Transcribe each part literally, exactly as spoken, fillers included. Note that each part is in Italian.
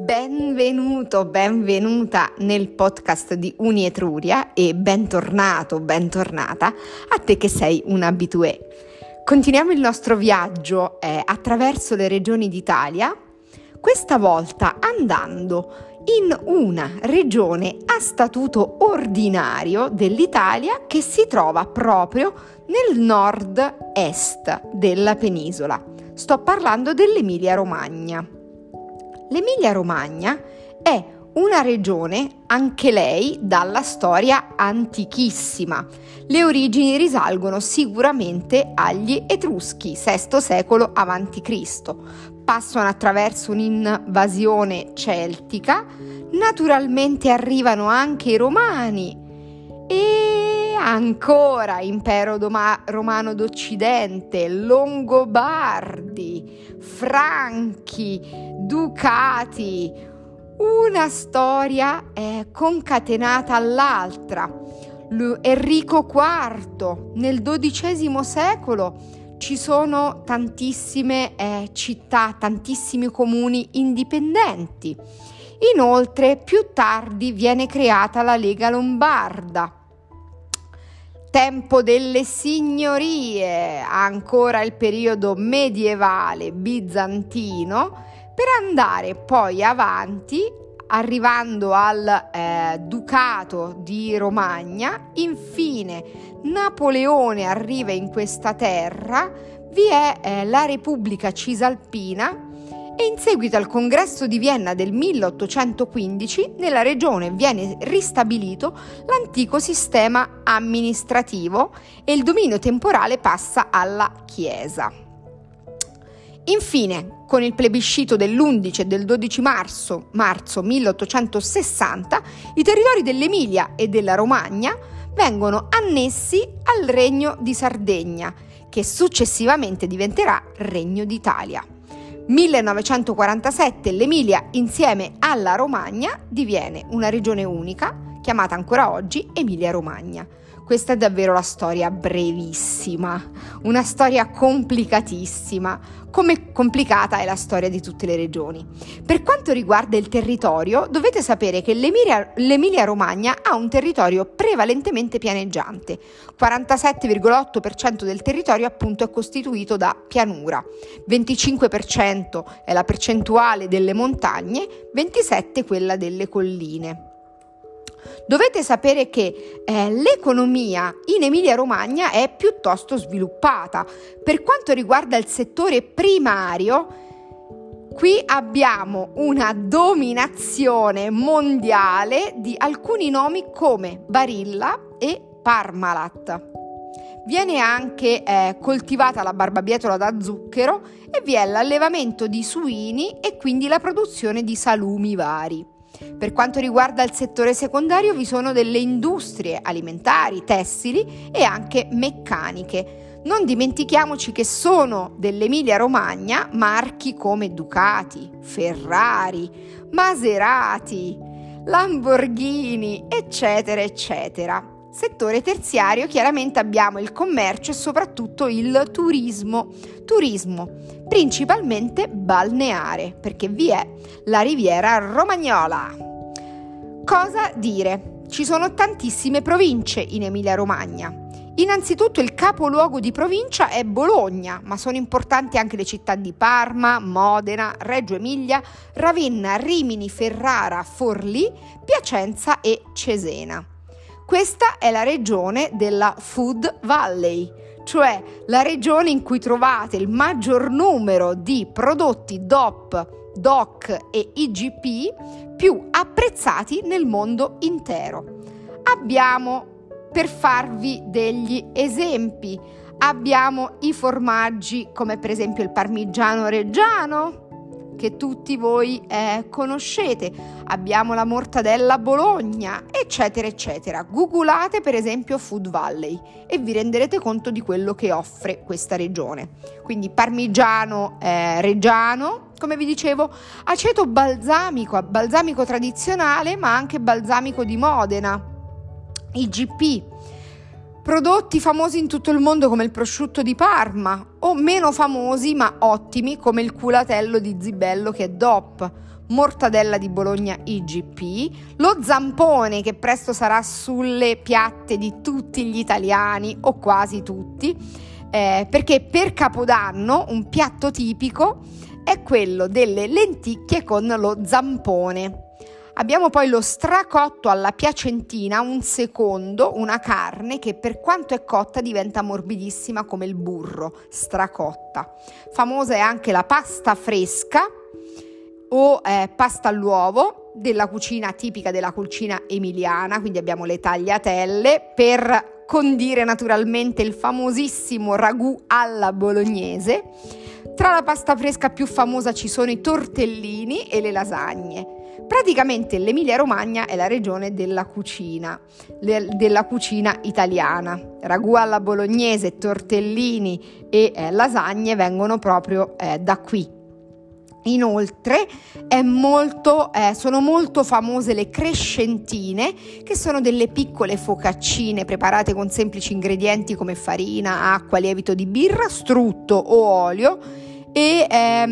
Benvenuto, benvenuta nel podcast di Unietruria e bentornato, bentornata a te che sei un abitué. Continuiamo il nostro viaggio eh, attraverso le regioni d'Italia, questa volta andando in una regione a statuto ordinario dell'Italia che si trova proprio nel nord-est della penisola. Sto parlando dell'Emilia-Romagna. L'Emilia-Romagna è una regione, anche lei, dalla storia antichissima. Le origini risalgono sicuramente agli Etruschi, sesto secolo avanti Cristo. Passano attraverso un'invasione celtica, naturalmente arrivano anche i Romani e ancora Impero Doma- Romano d'Occidente, Longobardi, Franchi, Ducati, una storia è concatenata all'altra. L- Enrico quarto, nel dodicesimo secolo ci sono tantissime eh, città, tantissimi comuni indipendenti. Inoltre, più tardi viene creata la Lega Lombarda. Tempo delle signorie, ancora il periodo medievale bizantino, per andare poi avanti, arrivando al eh, Ducato di Romagna. Infine Napoleone arriva in questa terra, vi è eh, la Repubblica Cisalpina e in seguito al Congresso di Vienna del milleottocentoquindici nella regione viene ristabilito l'antico sistema amministrativo e il dominio temporale passa alla Chiesa. Infine, con il plebiscito dell'undici e del dodici marzo, marzo milleottocentosessanta, i territori dell'Emilia e della Romagna vengono annessi al Regno di Sardegna, che successivamente diventerà Regno d'Italia. millenovecentoquarantasette l'Emilia insieme alla Romagna diviene una regione unica, chiamata ancora oggi Emilia-Romagna. Questa è davvero la storia brevissima, una storia complicatissima, come complicata è la storia di tutte le regioni. Per quanto riguarda il territorio, dovete sapere che l'Emilia, l'Emilia-Romagna ha un territorio prevalentemente pianeggiante. quarantasette virgola otto per cento del territorio appunto è costituito da pianura, venticinque per cento è la percentuale delle montagne, ventisette per cento quella delle colline. Dovete sapere che eh, l'economia in Emilia-Romagna è piuttosto sviluppata. Per quanto riguarda il settore primario, qui abbiamo una dominazione mondiale di alcuni nomi come Barilla e Parmalat. Viene anche eh, coltivata la barbabietola da zucchero e vi è l'allevamento di suini e quindi la produzione di salumi vari. Per quanto riguarda il settore secondario vi sono delle industrie alimentari, tessili e anche meccaniche. Non dimentichiamoci che sono dell'Emilia-Romagna marchi come Ducati, Ferrari, Maserati, Lamborghini, eccetera, eccetera. Settore terziario, chiaramente abbiamo il commercio e soprattutto il turismo. Turismo principalmente balneare, perché vi è la riviera romagnola. Cosa dire? Ci sono tantissime province in Emilia-Romagna. Innanzitutto il capoluogo di provincia è Bologna, ma sono importanti anche le città di Parma, Modena, Reggio Emilia, Ravenna, Rimini, Ferrara, Forlì, Piacenza e Cesena. Questa è la regione della Food Valley, cioè la regione in cui trovate il maggior numero di prodotti D O P, D O C e I G P più apprezzati nel mondo intero. Abbiamo, per farvi degli esempi, abbiamo i formaggi come per esempio il parmigiano reggiano, che tutti voi eh, conoscete, abbiamo la mortadella Bologna, eccetera, eccetera. Googolate per esempio Food Valley e vi renderete conto di quello che offre questa regione. Quindi parmigiano eh, reggiano, come vi dicevo, aceto balsamico, balsamico tradizionale, ma anche balsamico di Modena, I G P. Prodotti famosi in tutto il mondo come il prosciutto di Parma o meno famosi ma ottimi come il culatello di Zibello che è D O P. mortadella di Bologna I G P, lo zampone che presto sarà sulle piatte di tutti gli italiani o quasi tutti, eh, perché per Capodanno un piatto tipico è quello delle lenticchie con lo zampone. Abbiamo poi lo stracotto alla piacentina, un secondo, una carne che per quanto è cotta diventa morbidissima come il burro, stracotta. Famosa è anche la pasta fresca o eh, pasta all'uovo della cucina tipica della cucina emiliana, quindi abbiamo le tagliatelle per condire naturalmente il famosissimo ragù alla bolognese. Tra la pasta fresca più famosa ci sono i tortellini e le lasagne. Praticamente l'Emilia Romagna è la regione della cucina, le, della cucina italiana. Ragù alla bolognese, tortellini e eh, lasagne vengono proprio eh, da qui. Inoltre è molto, eh, sono molto famose le crescentine, che sono delle piccole focaccine preparate con semplici ingredienti come farina, acqua, lievito di birra, strutto o olio, e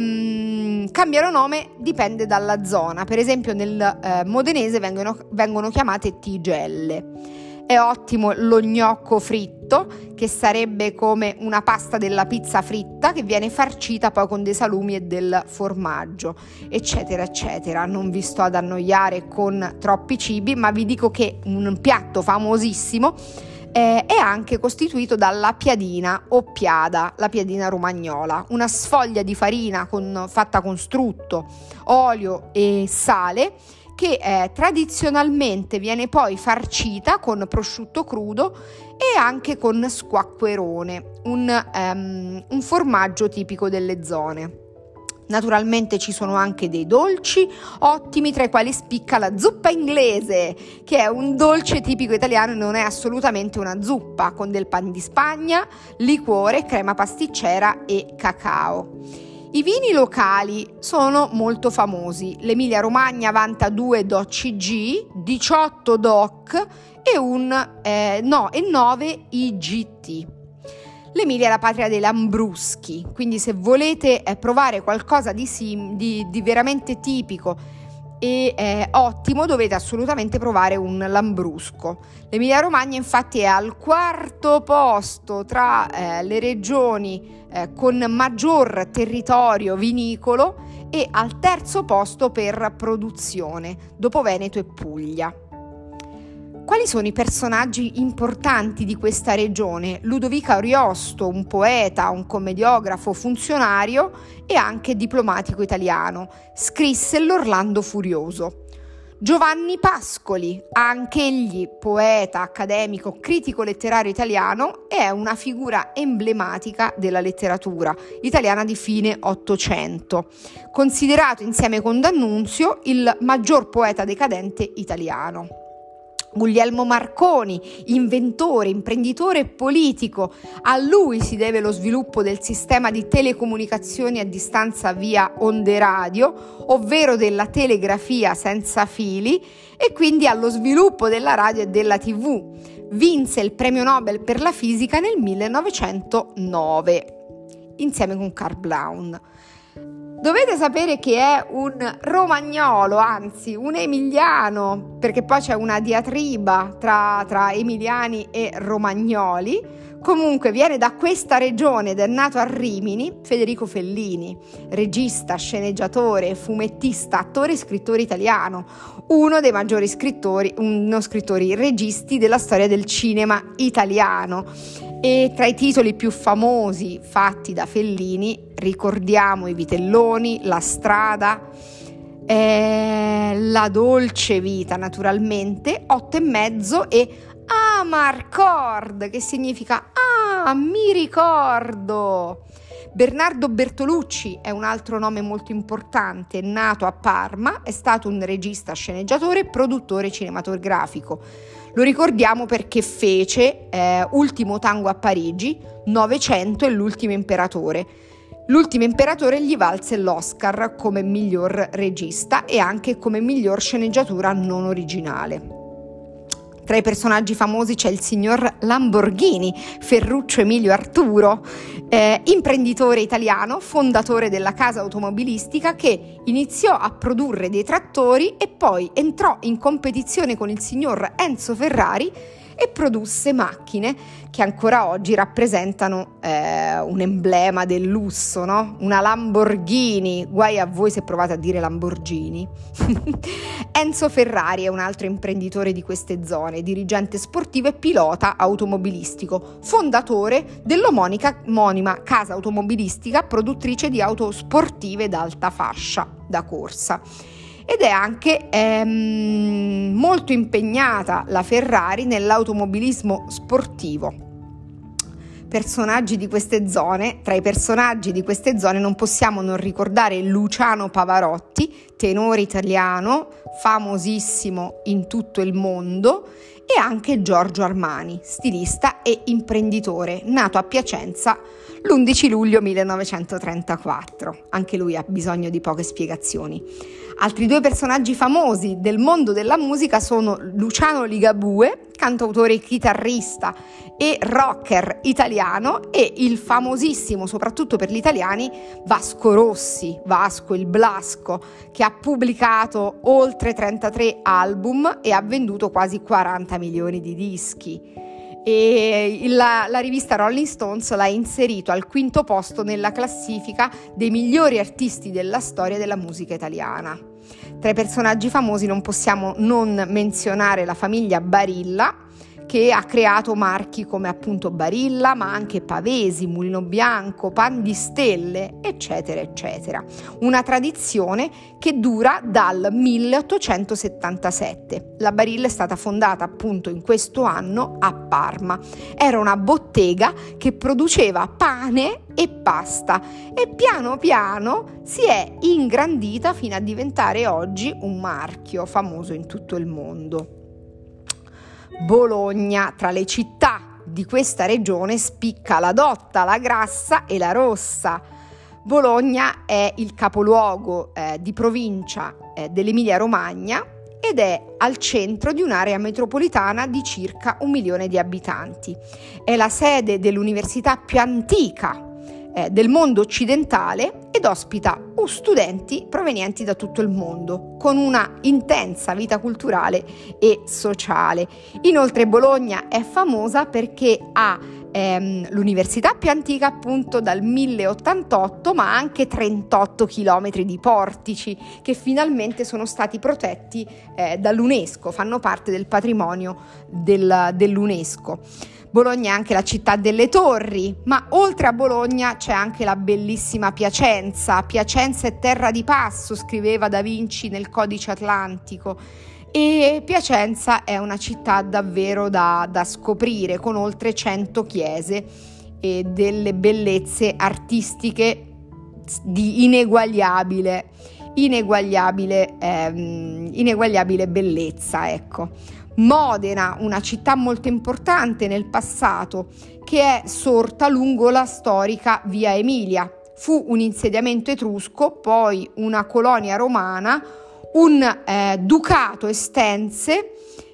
ehm, cambiano nome, dipende dalla zona. Per esempio nel eh, modenese vengono, vengono chiamate tigelle. È ottimo lo gnocco fritto, che sarebbe come una pasta della pizza fritta che viene farcita poi con dei salumi e del formaggio, eccetera eccetera. Non vi sto ad annoiare con troppi cibi, ma vi dico che un piatto famosissimo eh, è anche costituito dalla piadina o piada, la piadina romagnola, una sfoglia di farina con, fatta con strutto, olio e sale, che eh, tradizionalmente viene poi farcita con prosciutto crudo e anche con squacquerone, un, um, un formaggio tipico delle zone. Naturalmente ci sono anche dei dolci ottimi, tra i quali spicca la zuppa inglese, che è un dolce tipico italiano e non è assolutamente una zuppa, con del pan di Spagna, liquore, crema pasticcera e cacao. I vini locali sono molto famosi. L'Emilia Romagna vanta due D O C G, diciotto D O C e, un, eh, no, e nove I G T. L'Emilia è la patria dei lambruschi, quindi se volete eh, provare qualcosa di, sim, di, di veramente tipico e eh, ottimo, dovete assolutamente provare un lambrusco. L'Emilia Romagna infatti è al quarto posto tra eh, le regioni eh, con maggior territorio vinicolo e al terzo posto per produzione, dopo Veneto e Puglia. Quali sono i personaggi importanti di questa regione? Ludovico Ariosto, un poeta, un commediografo, funzionario e anche diplomatico italiano, scrisse l'Orlando Furioso. Giovanni Pascoli, anch'egli poeta, accademico, critico letterario italiano, è una figura emblematica della letteratura italiana di fine Ottocento, considerato insieme con D'Annunzio il maggior poeta decadente italiano. Guglielmo Marconi, inventore, imprenditore e politico, a lui si deve lo sviluppo del sistema di telecomunicazioni a distanza via onde radio, ovvero della telegrafia senza fili, e quindi allo sviluppo della radio e della tivù. Vinse il premio Nobel per la fisica nel millenovecentonove, insieme con Karl Braun. Dovete sapere che è un romagnolo, anzi un emiliano, perché poi c'è una diatriba tra, tra emiliani e romagnoli. Comunque viene da questa regione ed è nato a Rimini Federico Fellini, regista, sceneggiatore, fumettista, attore e scrittore italiano, uno dei maggiori scrittori, uno scrittori registi della storia del cinema italiano. E tra i titoli più famosi fatti da Fellini ricordiamo I Vitelloni, La strada, eh, La dolce vita naturalmente, Otto e mezzo e Amarcord, che significa ah, mi ricordo. Bernardo Bertolucci è un altro nome molto importante, nato a Parma, è stato un regista, sceneggiatore e produttore cinematografico. Lo ricordiamo perché fece eh, Ultimo tango a Parigi, Novecento e L'ultimo imperatore. L'ultimo imperatore gli valse l'Oscar come miglior regista e anche come miglior sceneggiatura non originale. Tra i personaggi famosi c'è il signor Lamborghini, Ferruccio Emilio Arturo, eh, imprenditore italiano, fondatore della casa automobilistica che iniziò a produrre dei trattori e poi entrò in competizione con il signor Enzo Ferrari e produsse macchine che ancora oggi rappresentano eh, un emblema del lusso, no? Una Lamborghini, guai a voi se provate a dire Lamborghini. Enzo Ferrari è un altro imprenditore di queste zone, dirigente sportivo e pilota automobilistico, fondatore dell'omonima casa automobilistica, produttrice di auto sportive d'alta fascia da corsa. Ed è anche ehm, molto impegnata la Ferrari nell'automobilismo sportivo. Personaggi di queste zone, tra i personaggi di queste zone non possiamo non ricordare Luciano Pavarotti, tenore italiano, famosissimo in tutto il mondo, e anche Giorgio Armani, stilista e imprenditore, nato a Piacenza l'undici luglio millenovecentotrentaquattro. Anche lui ha bisogno di poche spiegazioni. Altri due personaggi famosi del mondo della musica sono Luciano Ligabue, cantautore e chitarrista e rocker italiano, e il famosissimo, soprattutto per gli italiani, Vasco Rossi, Vasco il Blasco, che ha pubblicato oltre trentatré album e ha venduto quasi quaranta milioni di dischi. E la, la rivista Rolling Stones l'ha inserito al quinto posto nella classifica dei migliori artisti della storia della musica italiana. Tra i personaggi famosi non possiamo non menzionare la famiglia Barilla, che ha creato marchi come appunto Barilla, ma anche Pavesi, Mulino Bianco, Pan di Stelle, eccetera, eccetera. Una tradizione che dura dal milleottocentosettantasette. La Barilla è stata fondata appunto in questo anno a Parma. Era una bottega che produceva pane e pasta e piano piano si è ingrandita fino a diventare oggi un marchio famoso in tutto il mondo. Bologna, tra le città di questa regione spicca la Dotta, la Grassa e la Rossa. Bologna è il capoluogo eh, di provincia eh, dell'Emilia-Romagna ed è al centro di un'area metropolitana di circa un milione di abitanti. È la sede dell'università più antica eh, del mondo occidentale ed ospita studenti provenienti da tutto il mondo, con una intensa vita culturale e sociale. Inoltre Bologna è famosa perché ha ehm, l'università più antica appunto dal mille ottantotto, ma anche trentotto chilometri di portici che finalmente sono stati protetti eh, dall'UNESCO, fanno parte del patrimonio del, dell'UNESCO. Bologna è anche la città delle torri, ma oltre a Bologna c'è anche la bellissima Piacenza. Piacenza è terra di passo, scriveva Da Vinci nel Codice Atlantico, e Piacenza è una città davvero da, da scoprire, con oltre cento chiese e delle bellezze artistiche di ineguagliabile, ineguagliabile, ehm, ineguagliabile bellezza, ecco. Modena, una città molto importante nel passato, che è sorta lungo la storica Via Emilia. Fu un insediamento etrusco, poi una colonia romana, un eh, ducato estense,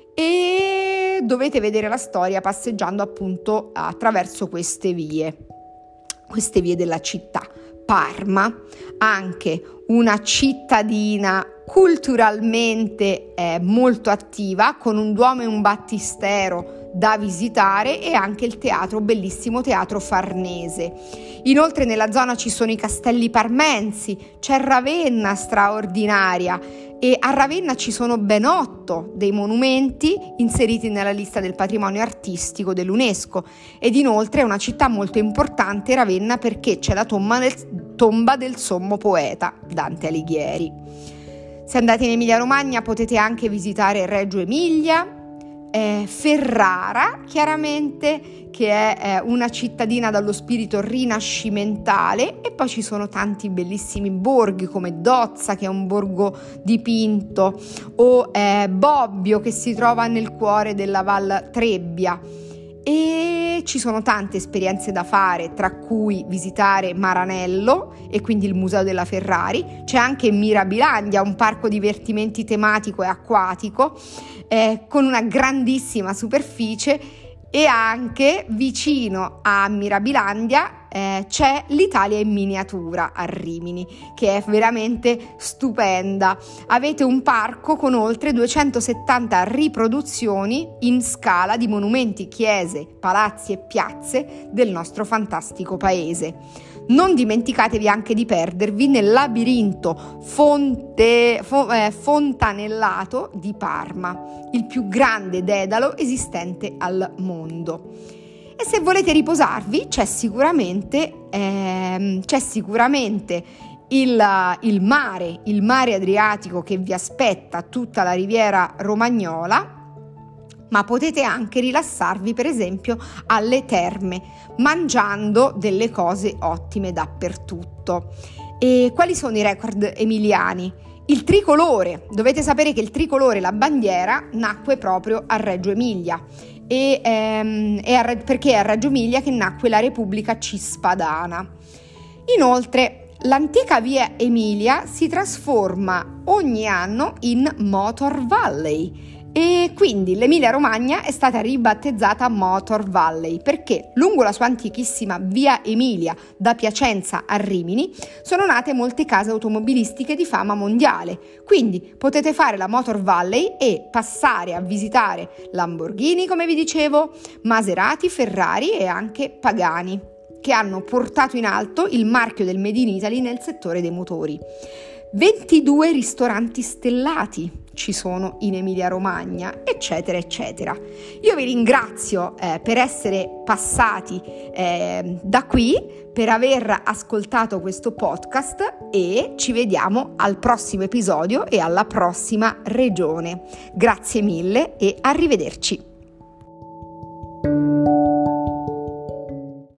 e dovete vedere la storia passeggiando appunto attraverso queste vie, queste vie della città. Parma, anche una cittadina culturalmente eh, molto attiva, con un duomo e un battistero da visitare, e anche il teatro, bellissimo teatro Farnese. Inoltre nella zona ci sono i castelli parmensi, c'è Ravenna straordinaria, e a Ravenna ci sono ben otto dei monumenti inseriti nella lista del patrimonio artistico dell'UNESCO, ed inoltre è una città molto importante Ravenna perché c'è la tomba del, tomba del sommo poeta Dante Alighieri. Se andate in Emilia-Romagna potete anche visitare Reggio Emilia, eh, Ferrara, chiaramente, che è eh, una cittadina dallo spirito rinascimentale, e poi ci sono tanti bellissimi borghi come Dozza, che è un borgo dipinto, o eh, Bobbio, che si trova nel cuore della Val Trebbia. e ci sono tante esperienze da fare, tra cui visitare Maranello e quindi il Museo della Ferrari. C'è anche Mirabilandia, un parco divertimenti tematico e acquatico eh, con una grandissima superficie, e anche vicino a Mirabilandia eh, c'è l'Italia in miniatura a Rimini, che è veramente stupenda. Avete un parco con oltre duecentosettanta riproduzioni in scala di monumenti, chiese, palazzi e piazze del nostro fantastico paese. Non dimenticatevi anche di perdervi nel labirinto fonte, fo, eh, fontanellato di Parma, il più grande dedalo esistente al mondo. E se volete riposarvi c'è sicuramente, ehm, c'è sicuramente il, il mare, il mare Adriatico che vi aspetta, tutta la riviera romagnola, ma potete anche rilassarvi per esempio alle terme, mangiando delle cose ottime dappertutto. E quali sono i record emiliani? Il tricolore. Dovete sapere che il tricolore, la bandiera, nacque proprio a Reggio Emilia, e, ehm, è a, perché è a Reggio Emilia che nacque la Repubblica Cispadana. Inoltre, l'antica via Emilia si trasforma ogni anno in Motor Valley, e quindi l'Emilia Romagna è stata ribattezzata Motor Valley perché lungo la sua antichissima via Emilia da Piacenza a Rimini sono nate molte case automobilistiche di fama mondiale. Quindi potete fare la Motor Valley e passare a visitare Lamborghini, come vi dicevo, Maserati, Ferrari e anche Pagani, che hanno portato in alto il marchio del Made in Italy nel settore dei motori. ventidue ristoranti stellati ci sono in Emilia Romagna, eccetera eccetera. Io vi ringrazio eh, per essere passati eh, da qui, per aver ascoltato questo podcast, e ci vediamo al prossimo episodio e alla prossima regione. Grazie mille e arrivederci.